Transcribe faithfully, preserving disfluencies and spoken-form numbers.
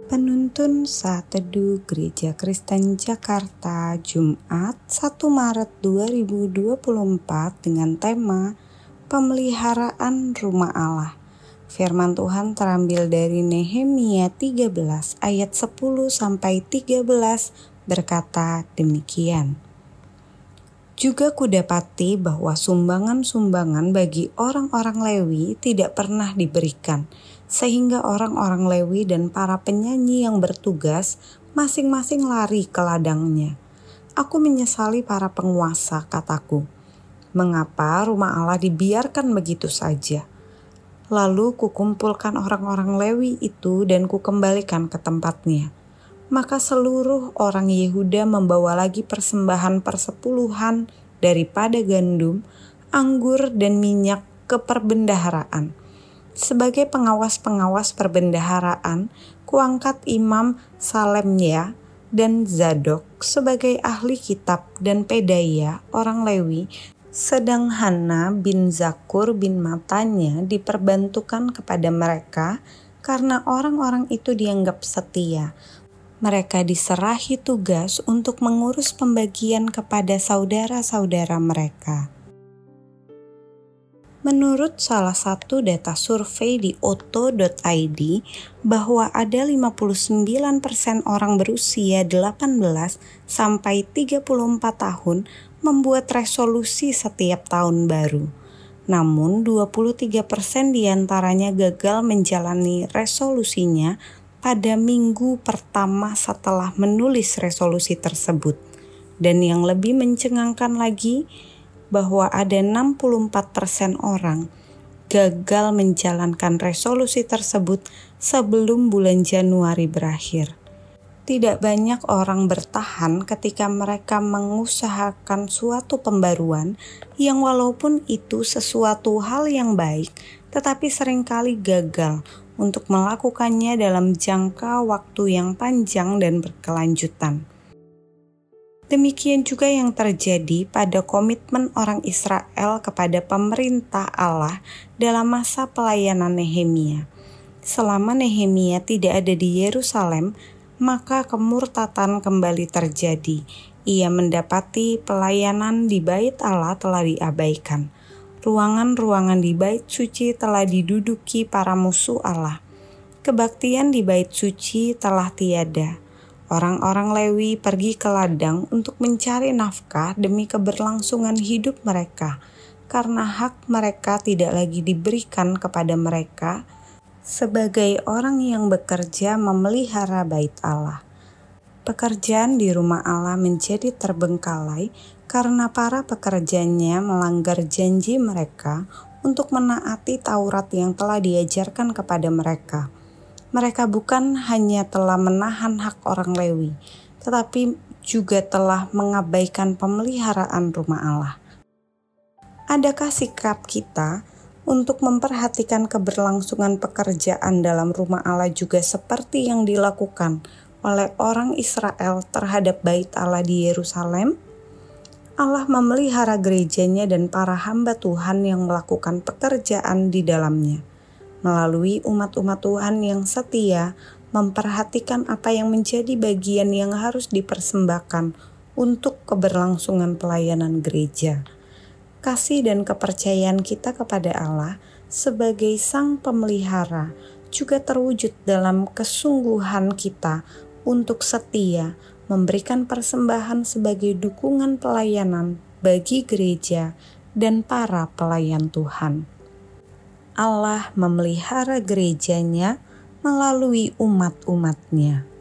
Penuntun Saat Teduh Gereja Kristen Jakarta, Jumat satu Maret dua ribu dua puluh empat dengan tema Pemeliharaan Rumah Allah. Firman Tuhan terambil dari Nehemia tiga belas ayat sepuluh sampai tiga belas berkata demikian. Juga kudapati bahwa sumbangan-sumbangan bagi orang-orang Lewi tidak pernah diberikan, sehingga orang-orang Lewi dan para penyanyi yang bertugas masing-masing lari ke ladangnya. Aku menyesali para penguasa, kataku. Mengapa rumah Allah dibiarkan begitu saja? Lalu kukumpulkan orang-orang Lewi itu dan kukembalikan ke tempatnya. Maka seluruh orang Yehuda membawa lagi persembahan persepuluhan daripada gandum, anggur, dan minyak ke perbendaharaan. Sebagai pengawas-pengawas perbendaharaan, kuangkat Imam Salemya dan Zadok sebagai ahli kitab dan Pedaya orang Lewi, sedang Hana bin Zakur bin Matanya diperbantukan kepada mereka karena orang-orang itu dianggap setia. Mereka diserahi tugas untuk mengurus pembagian kepada saudara-saudara mereka. Menurut salah satu data survei di otto dot i d, bahwa ada lima puluh sembilan persen orang berusia delapan belas sampai tiga puluh empat tahun membuat resolusi setiap tahun baru. Namun dua puluh tiga persen diantaranya gagal menjalani resolusinya pada minggu pertama setelah menulis resolusi tersebut. Dan yang lebih mencengangkan lagi, bahwa ada enam puluh empat persen orang gagal menjalankan resolusi tersebut sebelum bulan Januari berakhir. Tidak banyak orang bertahan ketika mereka mengusahakan suatu pembaruan yang walaupun itu sesuatu hal yang baik, tetapi seringkali gagal untuk melakukannya dalam jangka waktu yang panjang dan berkelanjutan. Demikian juga yang terjadi pada komitmen orang Israel kepada pemerintah Allah dalam masa pelayanan Nehemia. Selama Nehemia tidak ada di Yerusalem, maka kemurtatan kembali terjadi. Ia mendapati pelayanan di bait Allah telah diabaikan. Ruangan-ruangan di bait suci telah diduduki para musuh Allah. Kebaktian di bait suci telah tiada. Orang-orang Lewi pergi ke ladang untuk mencari nafkah demi keberlangsungan hidup mereka, karena hak mereka tidak lagi diberikan kepada mereka sebagai orang yang bekerja memelihara bait Allah. Pekerjaan di rumah Allah menjadi terbengkalai karena para pekerjanya melanggar janji mereka untuk menaati Taurat yang telah diajarkan kepada mereka. Mereka bukan hanya telah menahan hak orang Lewi, tetapi juga telah mengabaikan pemeliharaan rumah Allah. Adakah sikap kita untuk memperhatikan keberlangsungan pekerjaan dalam rumah Allah juga seperti yang dilakukan oleh orang Israel terhadap bait Allah di Yerusalem? Allah memelihara gerejanya dan para hamba Tuhan yang melakukan pekerjaan di dalamnya. Melalui umat-umat Tuhan yang setia, memperhatikan apa yang menjadi bagian yang harus dipersembahkan untuk keberlangsungan pelayanan gereja. Kasih dan kepercayaan kita kepada Allah sebagai Sang Pemelihara juga terwujud dalam kesungguhan kita untuk setia memberikan persembahan sebagai dukungan pelayanan bagi gereja dan para pelayan Tuhan. Allah memelihara gerejanya melalui umat-umatnya.